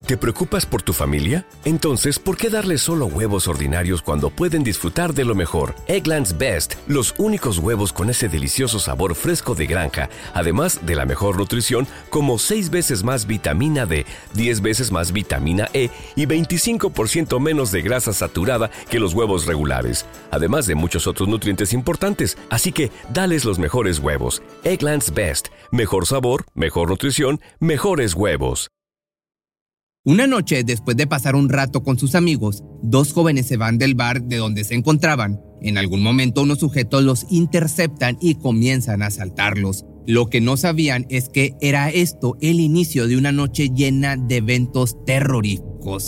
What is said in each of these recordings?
¿Te preocupas por tu familia? Entonces, ¿por qué darles solo huevos ordinarios cuando pueden disfrutar de lo mejor? Eggland's Best, los únicos huevos con ese delicioso sabor fresco de granja, además de la mejor nutrición, como 6 veces más vitamina D, 10 veces más vitamina E y 25% menos de grasa saturada que los huevos regulares, además de muchos otros nutrientes importantes. Así que, dales los mejores huevos. Eggland's Best, mejor sabor, mejor nutrición, mejores huevos. Una noche, después de pasar un rato con sus amigos, 2 jóvenes se van del bar de donde se encontraban. En algún momento, unos sujetos los interceptan y comienzan a asaltarlos. Lo que no sabían es que era esto el inicio de una noche llena de eventos terroríficos.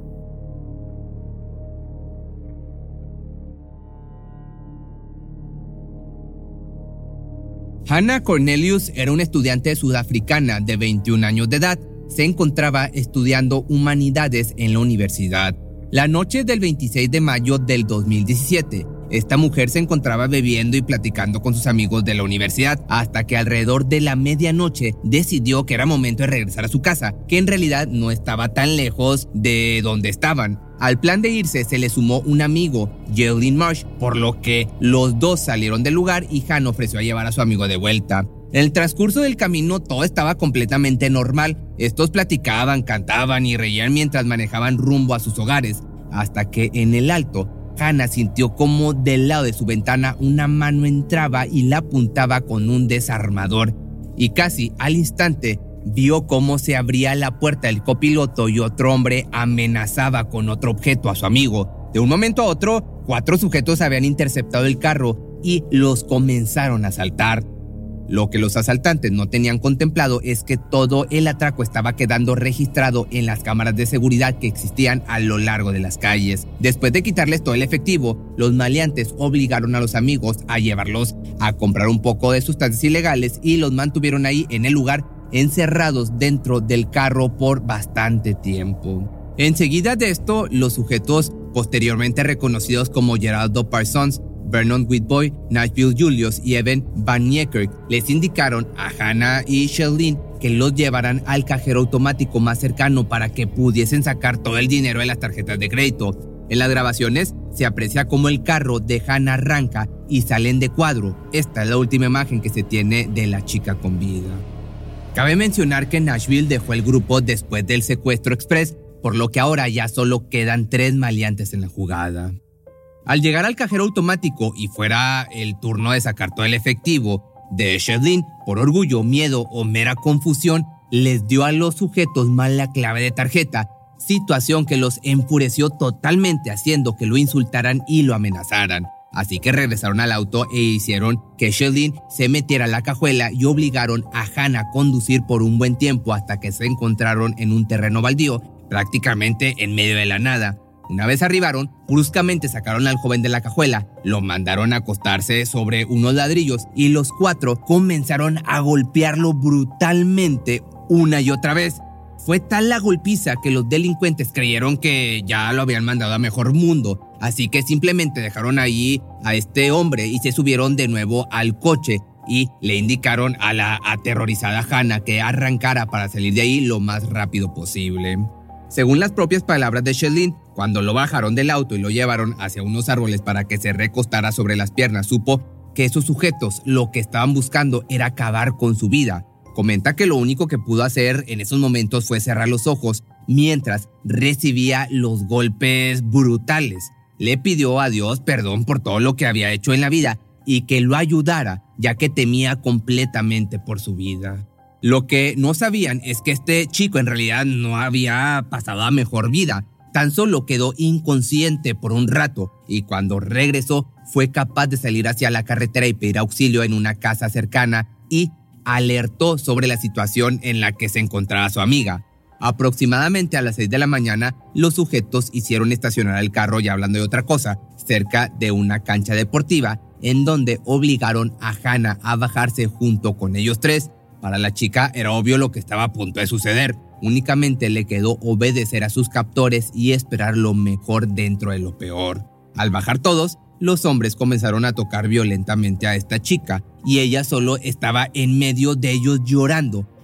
Hannah Cornelius era una estudiante sudafricana de 21 años de edad. Se encontraba estudiando humanidades en la universidad. La noche del 26 de mayo del 2017, esta mujer se encontraba bebiendo y platicando con sus amigos de la universidad hasta que alrededor de la medianoche decidió que era momento de regresar a su casa, que en realidad no estaba tan lejos de donde estaban. Al plan de irse se le sumó un amigo, Geraldine Marsh, por lo que los dos salieron del lugar y Hannah ofreció a llevar a su amigo de vuelta. En el transcurso del camino todo estaba completamente normal. Estos platicaban, cantaban y reían mientras manejaban rumbo a sus hogares, hasta que en el alto, Hannah sintió como del lado de su ventana una mano entraba y la apuntaba con un desarmador. Y casi al instante vio cómo se abría la puerta del copiloto y otro hombre amenazaba con otro objeto a su amigo. De un momento a otro, 4 sujetos habían interceptado el carro y los comenzaron a asaltar. Lo que los asaltantes no tenían contemplado es que todo el atraco estaba quedando registrado en las cámaras de seguridad que existían a lo largo de las calles. Después de quitarles todo el efectivo, los maleantes obligaron a los amigos a llevarlos a comprar un poco de sustancias ilegales y los mantuvieron ahí en el lugar, encerrados dentro del carro por bastante tiempo. Enseguida de esto, los sujetos posteriormente reconocidos como Geraldo Parsons, Vernon Whitboy, Nashville Julius y Evan Van Niekerk les indicaron a Hannah y Sheldon que los llevaran al cajero automático más cercano para que pudiesen sacar todo el dinero de las tarjetas de crédito. En las grabaciones se aprecia cómo el carro de Hannah arranca y salen de cuadro. Esta es la última imagen que se tiene de la chica con vida. Cabe mencionar que Nashville dejó el grupo después del secuestro express, por lo que ahora ya solo quedan 3 maleantes en la jugada. Al llegar al cajero automático y fuera el turno de sacar todo el efectivo, de Sheldon, por orgullo, miedo o mera confusión, les dio a los sujetos mal la clave de tarjeta, situación que los enfureció totalmente, haciendo que lo insultaran y lo amenazaran. Así que regresaron al auto e hicieron que Sheldon se metiera a la cajuela y obligaron a Hannah a conducir por un buen tiempo hasta que se encontraron en un terreno baldío, prácticamente en medio de la nada. Una vez arribaron, bruscamente sacaron al joven de la cajuela, lo mandaron a acostarse sobre unos ladrillos y los 4 comenzaron a golpearlo brutalmente una y otra vez. Fue tal la golpiza que los delincuentes creyeron que ya lo habían mandado a mejor mundo, así que simplemente dejaron ahí a este hombre y se subieron de nuevo al coche y le indicaron a la aterrorizada Hannah que arrancara para salir de ahí lo más rápido posible. Según las propias palabras de Sheldon, cuando lo bajaron del auto y lo llevaron hacia unos árboles para que se recostara sobre las piernas, supo que esos sujetos lo que estaban buscando era acabar con su vida. Comenta que lo único que pudo hacer en esos momentos fue cerrar los ojos mientras recibía los golpes brutales. Le pidió a Dios perdón por todo lo que había hecho en la vida y que lo ayudara, ya que temía completamente por su vida. Lo que no sabían es que este chico en realidad no había pasado a mejor vida, tan solo quedó inconsciente por un rato y cuando regresó fue capaz de salir hacia la carretera y pedir auxilio en una casa cercana y alertó sobre la situación en la que se encontraba su amiga. Aproximadamente a las 6 de la mañana, los sujetos hicieron estacionar el carro, ya hablando de otra cosa, cerca de una cancha deportiva, en donde obligaron a Hannah a bajarse junto con ellos 3. Para la chica era obvio lo que estaba a punto de suceder. Únicamente le quedó obedecer a sus captores y esperar lo mejor dentro de lo peor. Al bajar todos, los hombres comenzaron a tocar violentamente a esta chica y ella solo estaba en medio de ellos llorando,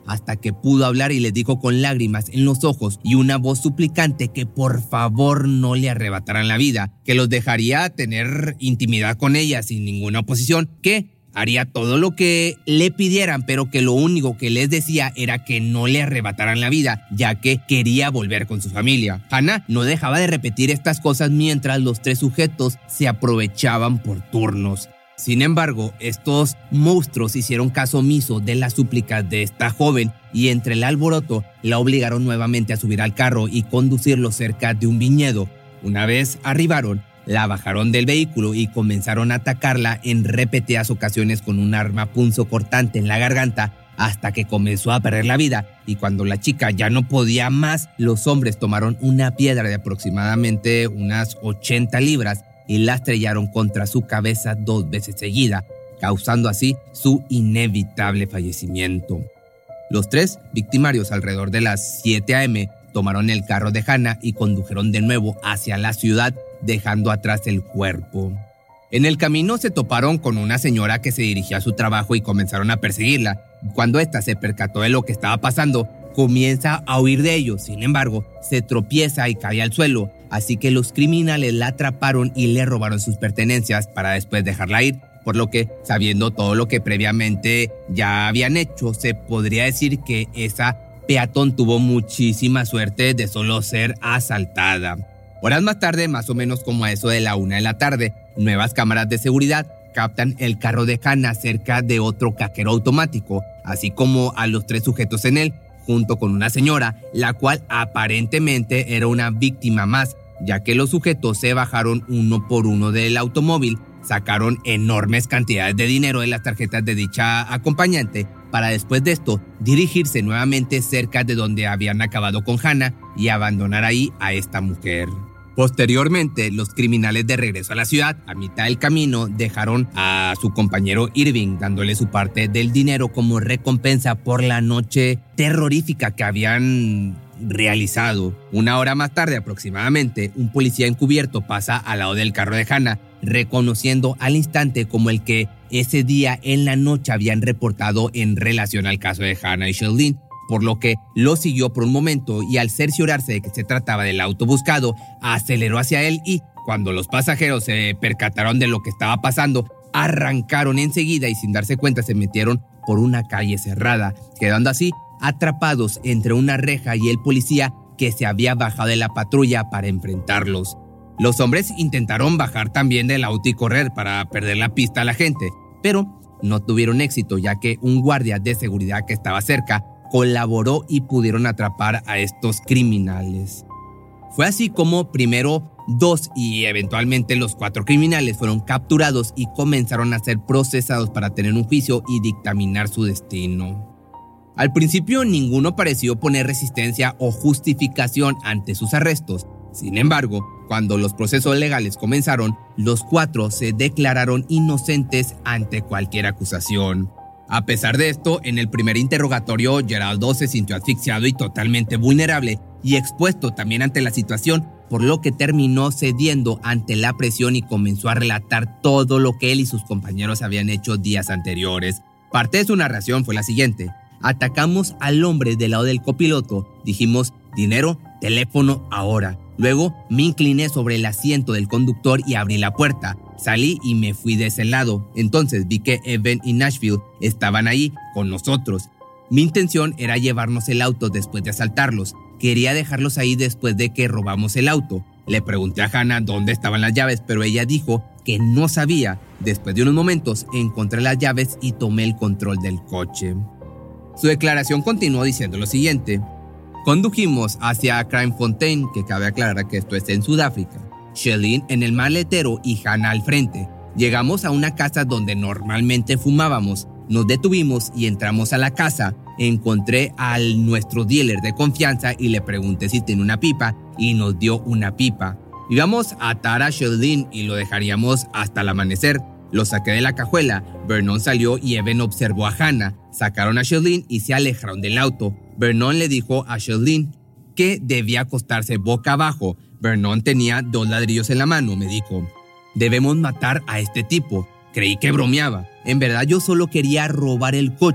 hasta que pudo hablar y les dijo con lágrimas en los ojos y una voz suplicante que por favor no le arrebataran la vida, que los dejaría tener intimidad con ella sin ninguna oposición, que haría todo lo que le pidieran, pero que lo único que les decía era que no le arrebataran la vida, ya que quería volver con su familia. Hannah no dejaba de repetir estas cosas mientras los 3 sujetos se aprovechaban por turnos. Sin embargo, estos monstruos hicieron caso omiso de las súplicas de esta joven y entre el alboroto la obligaron nuevamente a subir al carro y conducirlo cerca de un viñedo. Una vez arribaron, la bajaron del vehículo y comenzaron a atacarla en repetidas ocasiones con un arma punzocortante en la garganta hasta que comenzó a perder la vida, y cuando la chica ya no podía más, los hombres tomaron una piedra de aproximadamente unas 80 libras y la estrellaron contra su cabeza 2 veces seguida, causando así su inevitable fallecimiento. Los 3 victimarios alrededor de las 7 a.m. tomaron el carro de Hannah y condujeron de nuevo hacia la ciudad, dejando atrás el cuerpo. En el camino se toparon con una señora que se dirigía a su trabajo y comenzaron a perseguirla. Cuando ésta se percató de lo que estaba pasando, comienza a huir de ellos. Sin embargo, se tropieza y cae al suelo, así que los criminales la atraparon y le robaron sus pertenencias para después dejarla ir, por lo que, sabiendo todo lo que previamente ya habían hecho, se podría decir que esa peatón tuvo muchísima suerte de solo ser asaltada. Horas más tarde, más o menos como a eso de la 1 de la tarde, nuevas cámaras de seguridad captan el carro de Hannah cerca de otro cajero automático, así como a los 3 sujetos en él, junto con una señora, la cual aparentemente era una víctima más, ya que los sujetos se bajaron uno por uno del automóvil, sacaron enormes cantidades de dinero de las tarjetas de dicha acompañante, para después de esto dirigirse nuevamente cerca de donde habían acabado con Hannah y abandonar ahí a esta mujer. Posteriormente, los criminales de regreso a la ciudad, a mitad del camino, dejaron a su compañero Irving, dándole su parte del dinero como recompensa por la noche terrorífica que habían realizado. 1 hora más tarde aproximadamente, un policía encubierto pasa al lado del carro de Hannah, reconociendo al instante como el que ese día en la noche habían reportado en relación al caso de Hannah y Sheldon, por lo que lo siguió por un momento y al cerciorarse de que se trataba del auto buscado, aceleró hacia él y, cuando los pasajeros se percataron de lo que estaba pasando, arrancaron enseguida y sin darse cuenta se metieron por una calle cerrada, quedando así atrapados entre una reja y el policía que se había bajado de la patrulla para enfrentarlos. Los hombres intentaron bajar también del auto y correr para perder la pista a la gente, pero no tuvieron éxito ya que un guardia de seguridad que estaba cerca colaboró y pudieron atrapar a estos criminales. Fue así como primero 2 y eventualmente los 4 criminales fueron capturados y comenzaron a ser procesados para tener un juicio y dictaminar su destino. Al principio ninguno pareció poner resistencia o justificación ante sus arrestos. Sin embargo, cuando los procesos legales comenzaron, los 4 se declararon inocentes ante cualquier acusación. A pesar de esto, en el primer interrogatorio, Geraldo se sintió asfixiado y totalmente vulnerable y expuesto también ante la situación, por lo que terminó cediendo ante la presión y comenzó a relatar todo lo que él y sus compañeros habían hecho días anteriores. Parte de su narración fue la siguiente: atacamos al hombre del lado del copiloto, dijimos dinero, teléfono, ahora. Luego me incliné sobre el asiento del conductor y abrí la puerta. Salí y me fui de ese lado. Entonces vi que Evan y Nashville estaban ahí con nosotros. Mi intención era llevarnos el auto después de asaltarlos. Quería dejarlos ahí después de que robamos el auto. Le pregunté a Hannah dónde estaban las llaves, pero ella dijo que no sabía. Después de unos momentos encontré las llaves y tomé el control del coche. Su declaración continuó diciendo lo siguiente: condujimos hacia Kraaienfontein, que cabe aclarar que esto es en Sudáfrica. Sheldon en el maletero y Hannah al frente. Llegamos a una casa donde normalmente fumábamos. Nos detuvimos y entramos a la casa. Encontré a nuestro dealer de confianza y le pregunté si tenía una pipa y nos dio una pipa. Íbamos a atar a Sheldon y lo dejaríamos hasta el amanecer. Lo saqué de la cajuela. Vernon salió y Evan observó a Hannah. Sacaron a Sheldon y se alejaron del auto. Vernon le dijo a Sheldon que debía acostarse boca abajo. Vernon tenía 2 ladrillos en la mano, me dijo. Debemos matar a este tipo. Creí que bromeaba. En verdad yo solo quería robar el coche.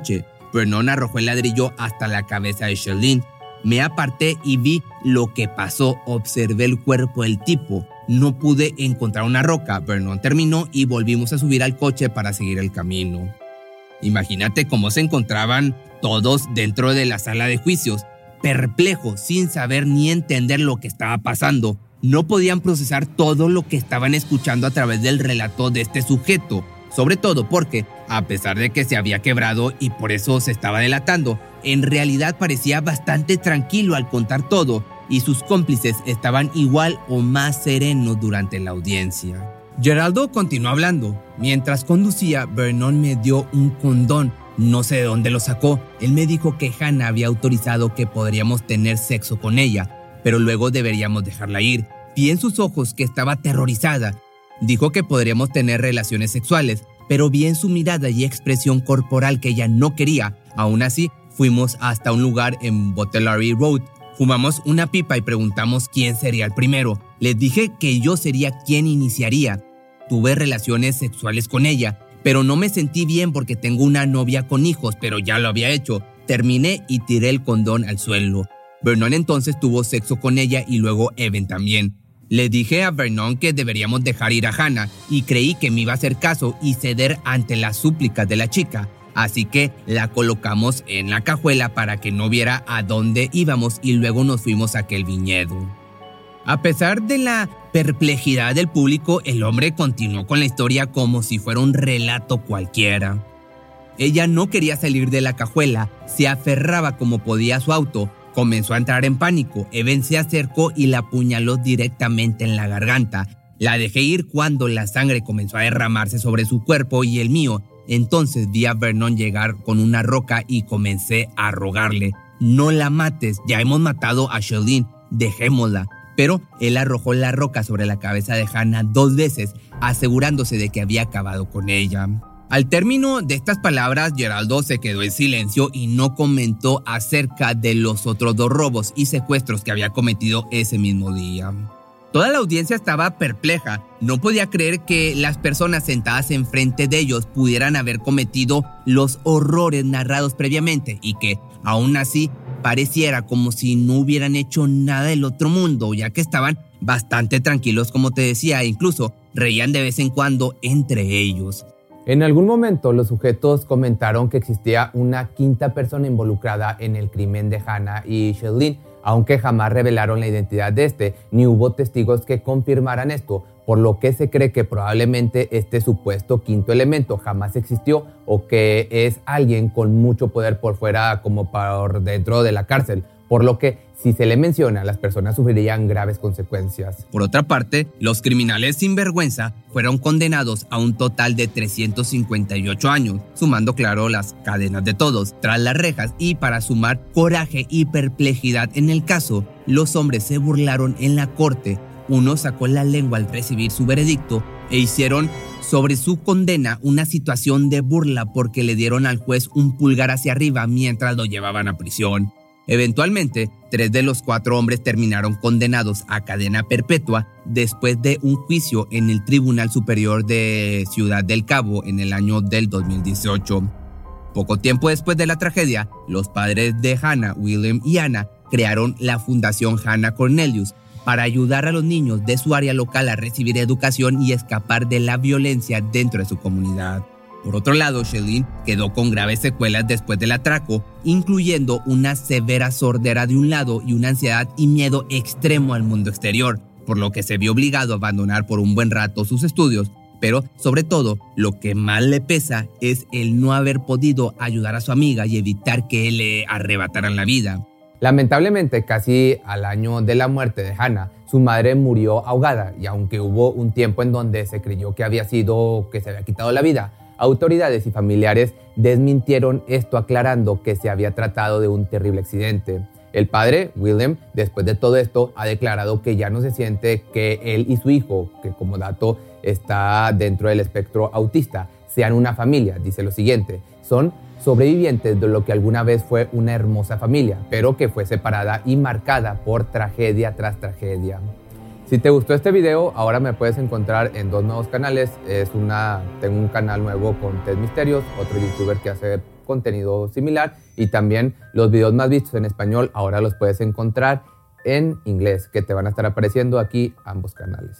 Vernon arrojó el ladrillo hasta la cabeza de Charlene. Me aparté y vi lo que pasó. Observé el cuerpo del tipo. No pude encontrar una roca. Vernon terminó y volvimos a subir al coche para seguir el camino. Imagínate cómo se encontraban todos dentro de la sala de juicios, perplejos, sin saber ni entender lo que estaba pasando. No podían procesar todo lo que estaban escuchando a través del relato de este sujeto, sobre todo porque, a pesar de que se había quebrado y por eso se estaba delatando, en realidad parecía bastante tranquilo al contar todo, y sus cómplices estaban igual o más serenos durante la audiencia. Geraldo continuó hablando. Mientras conducía, Vernon me dio un condón. No sé de dónde lo sacó. Él me dijo que Hannah había autorizado que podríamos tener sexo con ella, pero luego deberíamos dejarla ir. Vi en sus ojos que estaba aterrorizada. Dijo que podríamos tener relaciones sexuales, pero vi en su mirada y expresión corporal que ella no quería. Aún así, fuimos hasta un lugar en Butterley Road. Fumamos una pipa y preguntamos quién sería el primero. Les dije que yo sería quien iniciaría. Tuve relaciones sexuales con ella, pero no me sentí bien porque tengo una novia con hijos, pero ya lo había hecho. Terminé y tiré el condón al suelo. Vernon entonces tuvo sexo con ella y luego Evan también. Le dije a Vernon que deberíamos dejar ir a Hannah y creí que me iba a hacer caso y ceder ante las súplicas de la chica. Así que la colocamos en la cajuela para que no viera a dónde íbamos y luego nos fuimos a aquel viñedo. A pesar de la perplejidad del público, el hombre continuó con la historia como si fuera un relato cualquiera. Ella no quería salir de la cajuela, se aferraba como podía a su auto. Comenzó a entrar en pánico. Evan se acercó y la apuñaló directamente en la garganta. La dejé ir cuando la sangre comenzó a derramarse sobre su cuerpo y el mío. Entonces vi a Vernon llegar con una roca y comencé a rogarle: no la mates, ya hemos matado a Charlene, dejémosla. Pero él arrojó la roca sobre la cabeza de Hannah 2 veces, asegurándose de que había acabado con ella. Al término de estas palabras, Geraldo se quedó en silencio y no comentó acerca de los otros 2 robos y secuestros que había cometido ese mismo día. Toda la audiencia estaba perpleja. No podía creer que las personas sentadas enfrente de ellos pudieran haber cometido los horrores narrados previamente y que, aún así, pareciera como si no hubieran hecho nada del otro mundo, ya que estaban bastante tranquilos, como te decía, e incluso reían de vez en cuando entre ellos. En algún momento los sujetos comentaron que existía una quinta persona involucrada en el crimen de Hannah y Charlene, aunque jamás revelaron la identidad de este, ni hubo testigos que confirmaran esto, por lo que se cree que probablemente este supuesto quinto elemento jamás existió o que es alguien con mucho poder por fuera como por dentro de la cárcel, por lo que si se le menciona, las personas sufrirían graves consecuencias. Por otra parte, los criminales sin vergüenza fueron condenados a un total de 358 años, sumando, claro, las cadenas de todos, tras las rejas, y para sumar coraje y perplejidad en el caso, los hombres se burlaron en la corte. Uno sacó la lengua al recibir su veredicto e hicieron sobre su condena una situación de burla porque le dieron al juez un pulgar hacia arriba mientras lo llevaban a prisión. Eventualmente, 3 de los 4 hombres terminaron condenados a cadena perpetua después de un juicio en el Tribunal Superior de Ciudad del Cabo en el año del 2018. Poco tiempo después de la tragedia, los padres de Hannah, William y Anna, crearon la Fundación Hannah Cornelius para ayudar a los niños de su área local a recibir educación y escapar de la violencia dentro de su comunidad. Por otro lado, Charlene quedó con graves secuelas después del atraco, incluyendo una severa sordera de un lado y una ansiedad y miedo extremo al mundo exterior, por lo que se vio obligado a abandonar por un buen rato sus estudios. Pero, sobre todo, lo que más le pesa es el no haber podido ayudar a su amiga y evitar que le arrebataran la vida. Lamentablemente, casi al año de la muerte de Hannah, su madre murió ahogada, y aunque hubo un tiempo en donde se creyó que se había quitado la vida, autoridades y familiares desmintieron esto, aclarando que se había tratado de un terrible accidente. El padre, William, después de todo esto, ha declarado que ya no se siente que él y su hijo, que como dato está dentro del espectro autista, sean una familia. Dice lo siguiente: son sobrevivientes de lo que alguna vez fue una hermosa familia, pero que fue separada y marcada por tragedia tras tragedia. Si te gustó este video, ahora me puedes encontrar en 2 nuevos canales. Tengo un canal nuevo con Ted Misterios, otro youtuber que hace contenido similar, y también los videos más vistos en español ahora los puedes encontrar en inglés, que te van a estar apareciendo aquí ambos canales.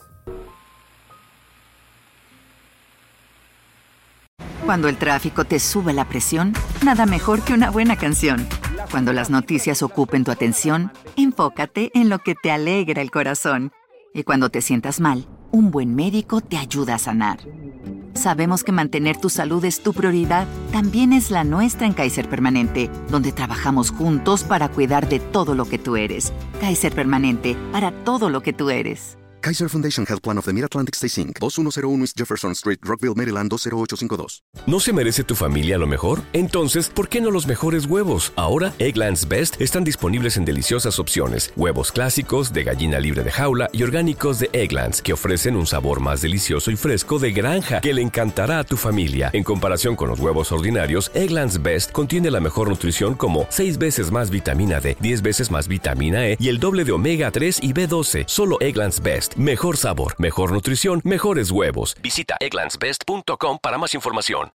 Cuando el tráfico te sube la presión, nada mejor que una buena canción. Cuando las noticias ocupen tu atención, enfócate en lo que te alegra el corazón. Y cuando te sientas mal, un buen médico te ayuda a sanar. Sabemos que mantener tu salud es tu prioridad. También es la nuestra en Kaiser Permanente, donde trabajamos juntos para cuidar de todo lo que tú eres. Kaiser Permanente, para todo lo que tú eres. Kaiser Foundation Health Plan of the Mid-Atlantic Stay Inc. 2101 East Jefferson Street, Rockville, Maryland 20852. ¿No se merece tu familia lo mejor? Entonces, ¿por qué no los mejores huevos? Ahora, Eggland's Best están disponibles en deliciosas opciones. Huevos clásicos, de gallina libre de jaula y orgánicos de Eggland's, que ofrecen un sabor más delicioso y fresco de granja que le encantará a tu familia. En comparación con los huevos ordinarios, Eggland's Best contiene la mejor nutrición como 6 veces más vitamina D, 10 veces más vitamina E y el doble de omega 3 y B12. Solo Eggland's Best. Mejor sabor, mejor nutrición, mejores huevos. Visita egglandsbest.com para más información.